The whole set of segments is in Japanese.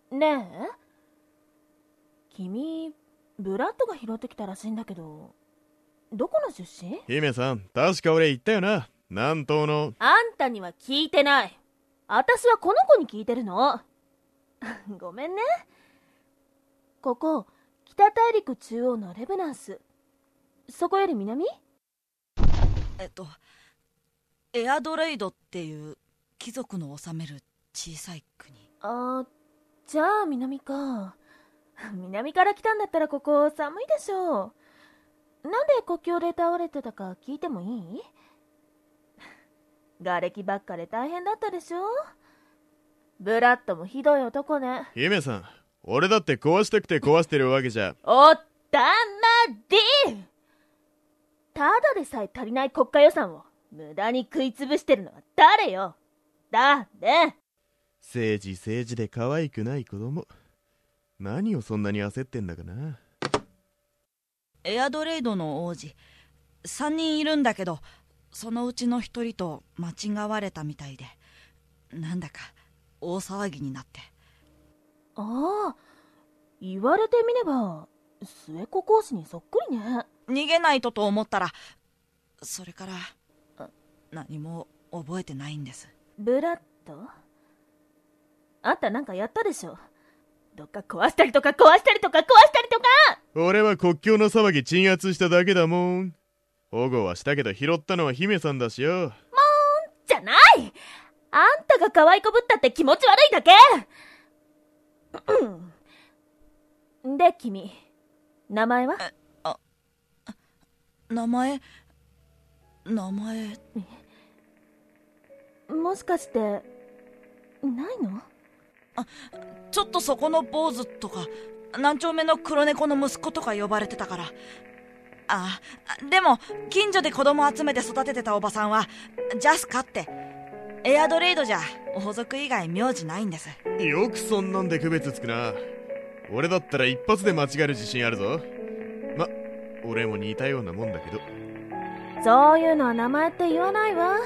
ねえ、君、ブラッドが拾ってきたらしいんだけど、どこの出身？ 姫さん、確か俺言ったよな。南東の。 あんたには聞いてない。私はこの子に聞いてるの。ごめんね。ここ、北大陸中央のレブナンス。そこより南？ エアドレイドっていう貴族の治める小さい国。 じゃあ南か。南から来たんだったらここ寒いでしょう。なんで国境で倒れてたか聞いてもいい？瓦礫ばっかで大変だったでしょ。ブラッドもひどい男ね。 姫さん、俺だって壊したくて壊してるわけじゃ。 おったまり。ただでさえ足りない国家予算を無駄に食いつぶしてるのは誰よ。だね。 政治で可愛くない子供。何をそんなに焦ってんだかな。 エアドレイドの王子3人いるんだけど、そのうちの1人と間違われたみたいで、なんだか大騒ぎになって。 ああ、言われてみれば末っ子講師にそっくりね。 逃げないと思ったら、それから何も覚えてないんです。 ブラッド、あんたなんかやったでしょ。どっか壊したりとか壊したりとか壊したりとか。 俺は国境の騒ぎ鎮圧しただけだもん。保護はしたけど拾ったのは姫さんだしよ。もんじゃない。あんたが可愛いこぶったって気持ち悪いだけ。で君、名前は？ 名前もしかしてないの？ ちょっとそこの坊主とか何丁目の黒猫の息子とか呼ばれてたから。でも近所で子供集めて育ててたおばさんはジャスカって。エアドレイドじゃ王族以外名字ないんです。 よくそんなんで区別つくな。俺だったら一発で間違える自信あるぞ。ま、俺も似たようなもんだけど。 そういうのは名前って言わないわ。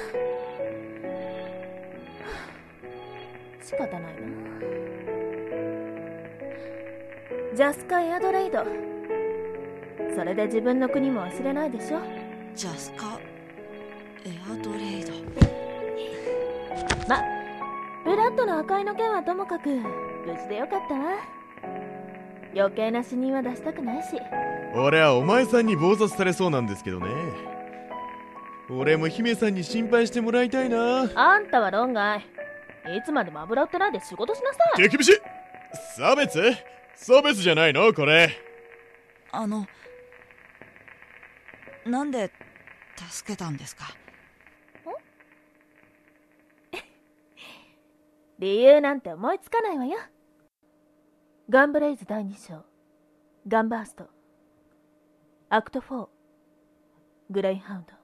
仕方ないな。ジャスカ・エアドレイド。それで自分の国も忘れないでしょ。 ジャスカ・エアドレイド。 ま、ブラッドの赤いの件はともかく無事でよかったわ。余計な死人は出したくないし。 俺はお前さんに暴殺されそうなんですけどね。俺も姫さんに心配してもらいたいな。 あんたは論外。いつまでも油売ってないで仕事しなさい。 手厳しい。差別じゃないのこれ。 なんで助けたんですか？ 理由なんて思いつかないわよ。ガンブレイズ第2章、ガンバースト、アクト4、グレイハウンド。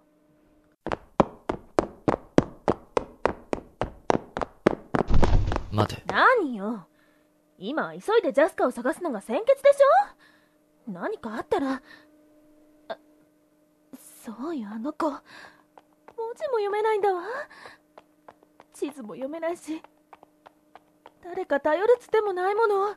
待て。 何よ。今は急いでジャスカを探すのが先決でしょ。何かあったら。そうよ、あの子。文字も読めないんだわ。地図も読めないし、誰か頼るつてもないもの。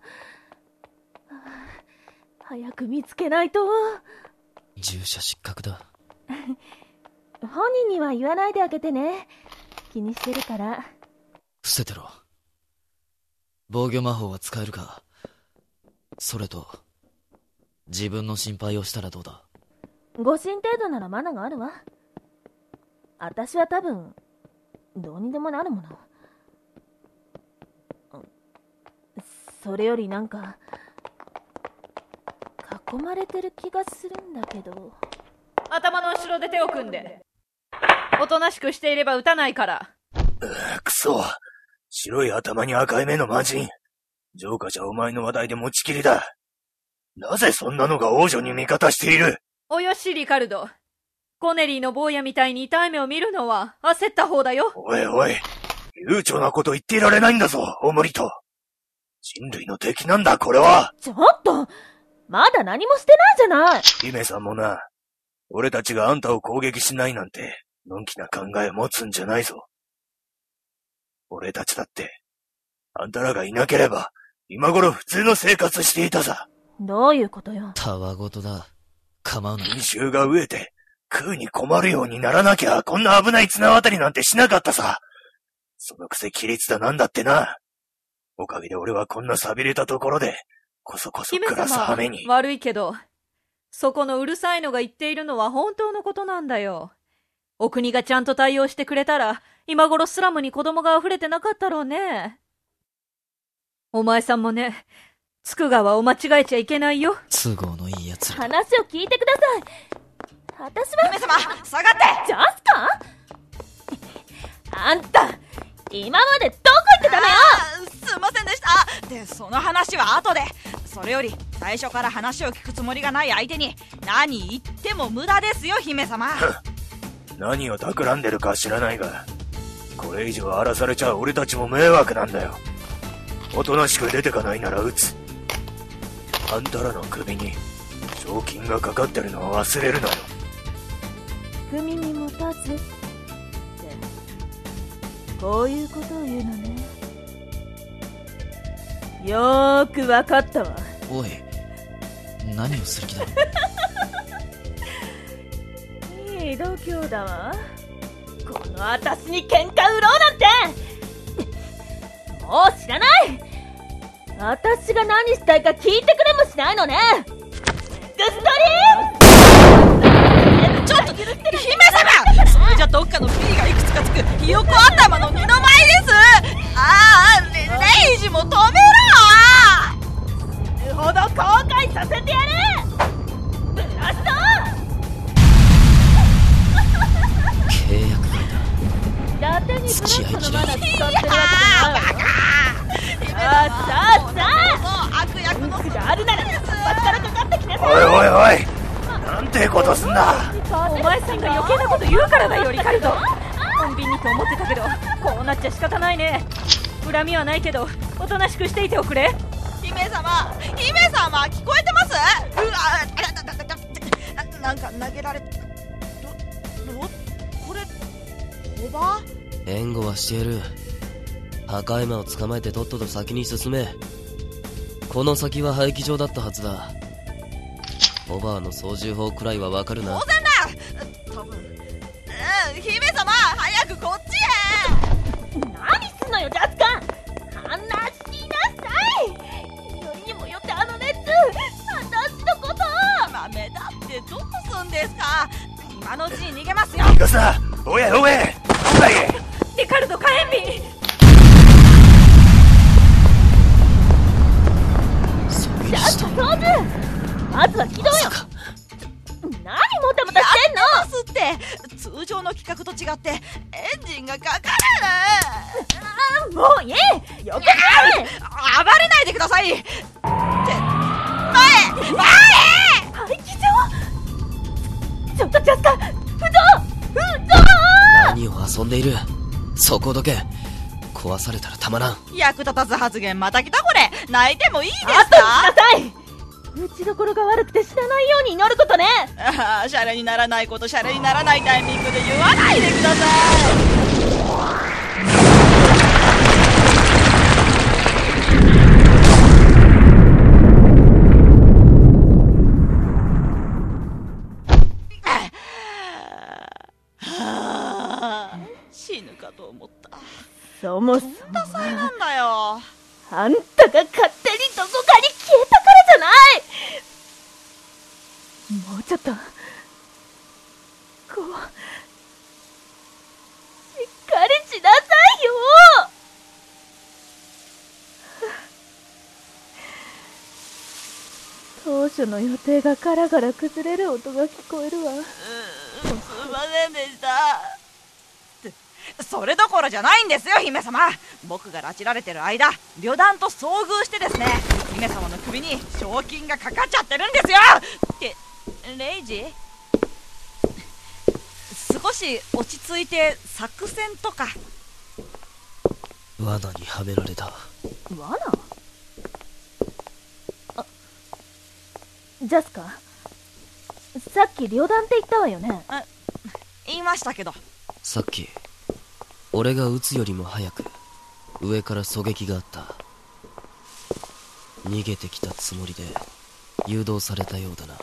早く見つけないと。 従者失格だ。 本人には言わないであげてね。気にしてるから。 伏せてろ。防御魔法は使えるか。それと自分の心配をしたらどうだ。 誤信程度ならマナがあるわ。私は多分どうにでもなるもの。それよりなんか囲まれてる気がするんだけど。 頭の後ろで手を組んで。おとなしくしていれば撃たないから。 くそ。白い頭に赤い目の魔人。ジョーカじゃお前の話題で持ちきりだ。なぜそんなのが王女に味方している？ およしリカルド。コネリーの坊やみたいに痛い目を見るのは焦った方だよ。 おいおい。悠長なこと言っていられないんだぞ、オムリト。人類の敵なんだ、これは。 ちょっと、まだ何もしてないじゃない。 姫さんもな、俺たちがあんたを攻撃しないなんて、のんきな考え持つんじゃないぞ。俺たちだって、あんたらがいなければ、 今頃普通の生活していたさ。 どういうことよ。 たわごとだ。構うな。 民衆が飢えて、食うに困るようにならなきゃ、こんな危ない綱渡りなんてしなかったさ。そのくせ規律だなんだってな。おかげで俺はこんな寂れたところで、こそこそ姫暮らす羽目に。 様、悪いけど、そこのうるさいのが言っているのは本当のことなんだよ。お国がちゃんと対応してくれたら、今頃スラムに子供が溢れてなかったろうね。お前さんもね、つく川を間違えちゃいけないよ。 都合のいい奴ら。 話を聞いてください。私は。 姫様、下がって。 ジャスカ？あんた、今までどこ行ってたのよ。 すいませんでした。で、その話は後で。それより最初から話を聞くつもりがない相手に何言っても無駄ですよ、姫様。 何を企んでるか知らないが、これ以上荒らされちゃ俺たちも迷惑なんだよ。おとなしく出てかないなら撃つ。あんたらの首に賞金がかかってるのを忘れるなよ。 踏みに持たずってこういうことを言うのね。よーくわかったわ。 おい、何をする気だ。 いい度胸だわ。この私に喧嘩売ろうなんて。もう知らない。私が何したいか聞いてくれもしないのね。ぐっそりちょっと、姫様、それじゃどっかの P がいくつかつくひよこ頭の二の舞です。レイジも止めろ。 死ぬほど後悔させてやる。ブラスト。 契約外だ。 伊達にブラストのマナ使ってるわけじゃないわ。 悪役の術があるならバッからかかってきなさい。 おいおいおい、なんてことすんだ。 お前さんが余計なこと言うからだよ、リカルド。コンビニと思ってたけど、こうなっちゃ仕方ないね。恨みはないけど、おとなしくしていておくれ。 姫様、聞こえてます？なんか投げられこれおば？ 援護はしてやる。赤馬を捕まえてとっとと先に進め。この先は廃棄場だったはずだ。おばあの操縦法くらいはわかるな。 当然だ。多分。姫様、早くこっちへ。 何すんのよ、ジャスカ。話しなさい。よりにもよってあの熱、私のこと。 豆だってどうすんですか。今のうちに逃げますよ。 逃がすな。おえおえ、なんだい。 リカルド、火炎瓶。 ジャスカ操縦。まずは起動よ。何もたもたしてんの。 やってますって。通常の規格と違ってエンジンがかかる。 もういい。よくない。 暴れないでください。って前排気場。ちょっとジャスカ、浮上。 何を遊んでいる。そこどけ。壊されたらたまらん。 役立たず発言また来た。これ泣いてもいいですか。 あとにしなさい。打ちどころが悪くて死なないように祈ることね。 シャレにならないことシャレにならないタイミングで言わないでください。死ぬかと思った。 そもそも多彩なんだよ。 あんたが勝手にどこかに消えたからじゃない。もうちょっとこうしっかりしなさいよ。当初の予定がガラガラ崩れる音が聞こえるわ。 すいませんでした。それどころじゃないんですよ、姫様。僕が拉致られてる間、旅団と遭遇してですね、姫様の首に賞金がかかっちゃってるんですよ。ってレイジ、少し落ち着いて作戦とか。 罠にはめられた。 罠？あ、ジャスカ、さっき旅団って言ったわよね。 言いましたけど。 さっき俺が撃つよりも早く上から狙撃があった。 逃げてきたつもりで誘導されたようだな。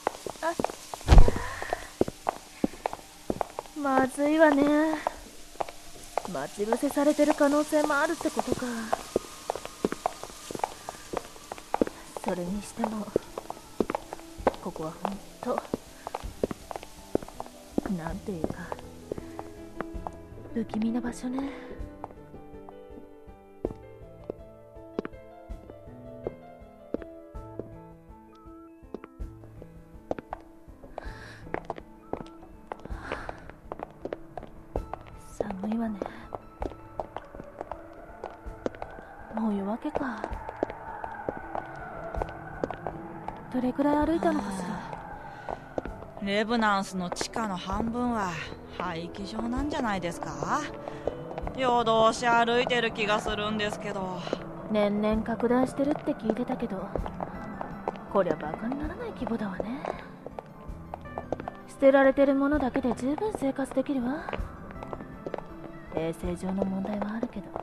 まずいわね。待ち伏せされてる可能性もあるってことか。それにしてもここはほんとなんていうか不気味な場所ね。寒いわね。もう夜明けか。どれくらい歩いたのかしら。 レブナンスの地下の半分は廃棄場なんじゃないですか。夜通し歩いてる気がするんですけど。 年々拡大してるって聞いてたけど、こりゃバカにならない規模だわね。捨てられてるものだけで十分生活できるわ。衛生上の問題はあるけど、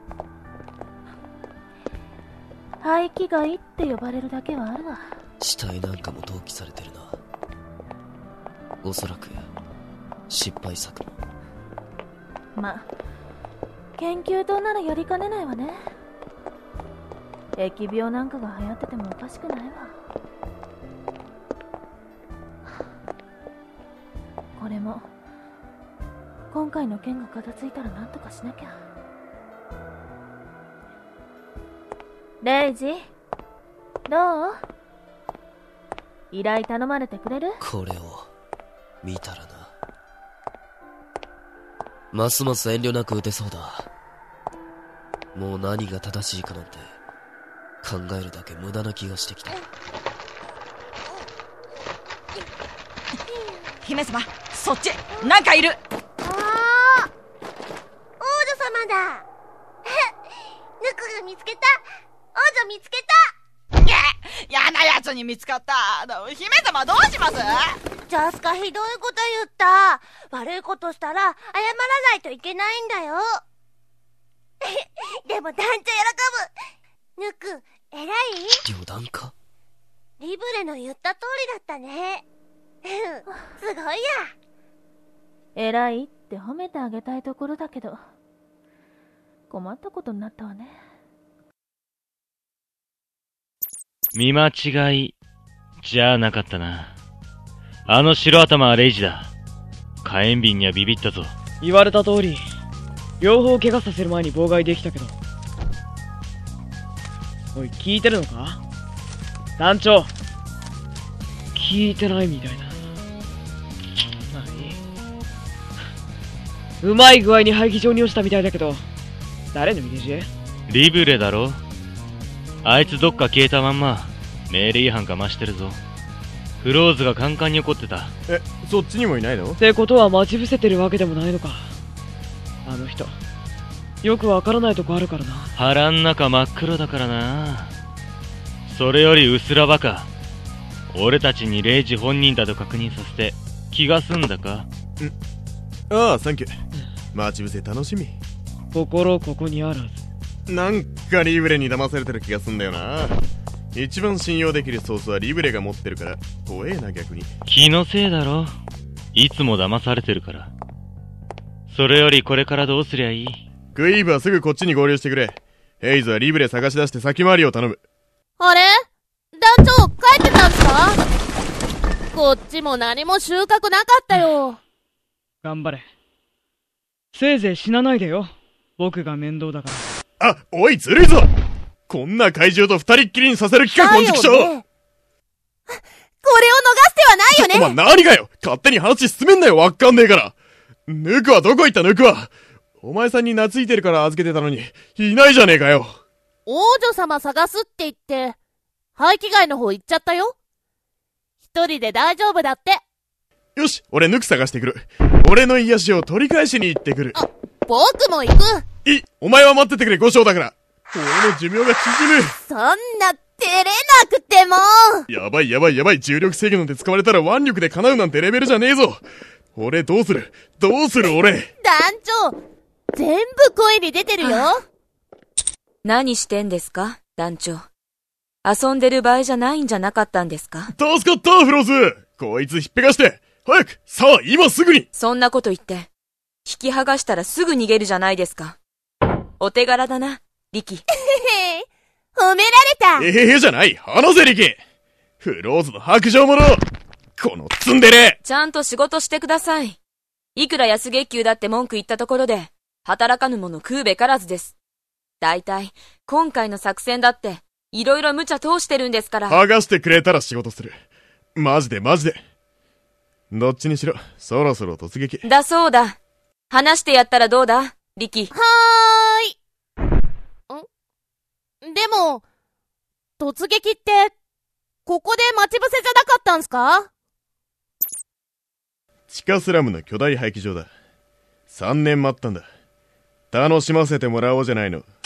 廃棄街って呼ばれるだけはあるわ。 死体なんかも投棄されてるな。おそらく失敗作も。 ま、研究棟ならやりかねないわね。疫病なんかが流行っててもおかしくないわ。これも今回の件が片付いたらなんとかしなきゃ。レイジ、どう？依頼頼まれてくれる？ これを見たらな。ますます遠慮なく撃てそうだ。もう何が正しいかなんて考えるだけ無駄な気がしてきた。 姫様、そっちなんかいる。 王女様だ。ヌクが見つけた。王女見つけた。 やなやつに見つかった。姫様どうします？ ジャスカひどいこと言った。悪いことしたら謝らないといけないんだよ。でも団長喜ぶ。ヌク、偉い？ 冗談か？ リブレの言った通りだったね。すごいや。 偉いって褒めてあげたいところだけど、困ったことになったわね。 見間違いじゃなかったな。あの白頭はレイジだ。火炎瓶にはビビったぞ。 言われた通り両方怪我させる前に妨害できたけど。おい、聞いてるのか団長。聞いてないみたいだ。まあいい。うまい具合に廃棄場に落ちたみたいだけど、誰の入れ知恵？ リブレだろ。あいつどっか消えたまんま命令違反かましてるぞ。フローズがカンカンに怒ってた。 そっちにもいないの？ ってことは待ち伏せてるわけでもないのか。あの人よくわからないとこあるからな。 腹ん中真っ黒だからな。それよりうすらバカ、俺たちにレイジ本人だと確認させて気が済んだか？ ああ、サンキュー。待ち伏せ楽しみ。 心ここにあらず。 なんかリブレに騙されてる気がすんだよな。一番信用できるソースはリブレが持ってるから怖えな。逆に気のせいだろ。いつも騙されてるから。それよりこれからどうすりゃいい？ クイーブはすぐこっちに合流してくれ。ヘイズはリブレ探し出して先回りを頼む。 あれ？団長帰ってたんすか？こっちも何も収穫なかったよ。 頑張れ。せいぜい死なないでよ。僕が面倒だから。 あ、おいずるいぞ。こんな怪獣と二人っきりにさせる気か、こんちくしょう。これを逃してはないよね。 お前何がよ。勝手に話進めんなよ。わかんねえから。ヌクはどこ行った？ヌクはお前さんに懐いてるから預けてたのにいないじゃねえかよ。 王女様探すって言って廃棄街の方行っちゃったよ。一人で大丈夫だって。 よし、俺ヌク探してくる。俺の癒しを取り返しに行ってくる。 僕も行く。 お前は待っててくれ、五章だから。俺の寿命が縮む。 そんな照れなくても。 やばいやばいやばい。重力制御なんて使われたら腕力で叶うなんてレベルじゃねえぞ。俺どうする俺。 団長全部声に出てるよ。 何してんですか団長。 遊んでる場合じゃないんじゃなかったんですか？ 助かった、フローズ。こいつひっぺがして、早く、さあ、今すぐに。 そんなこと言って、引き剥がしたらすぐ逃げるじゃないですか。お手柄だな、リキ。 褒められた。 じゃない、話せリキ。フローズの白状者。このツンデレ。 ちゃんと仕事してください。いくら安月給だって文句言ったところで、働かぬ者食うべからずです。だいたい、今回の作戦だって、いろいろ無茶通してるんですから。 剥がしてくれたら仕事する。マジで。どっちにしろ、そろそろ突撃。 だそうだ。話してやったらどうだ、リキ。 はーい。でも、突撃って、ここで待ち伏せじゃなかったんすか？ 地下スラムの巨大廃棄場だ。3年待ったんだ。楽しませてもらおうじゃないの。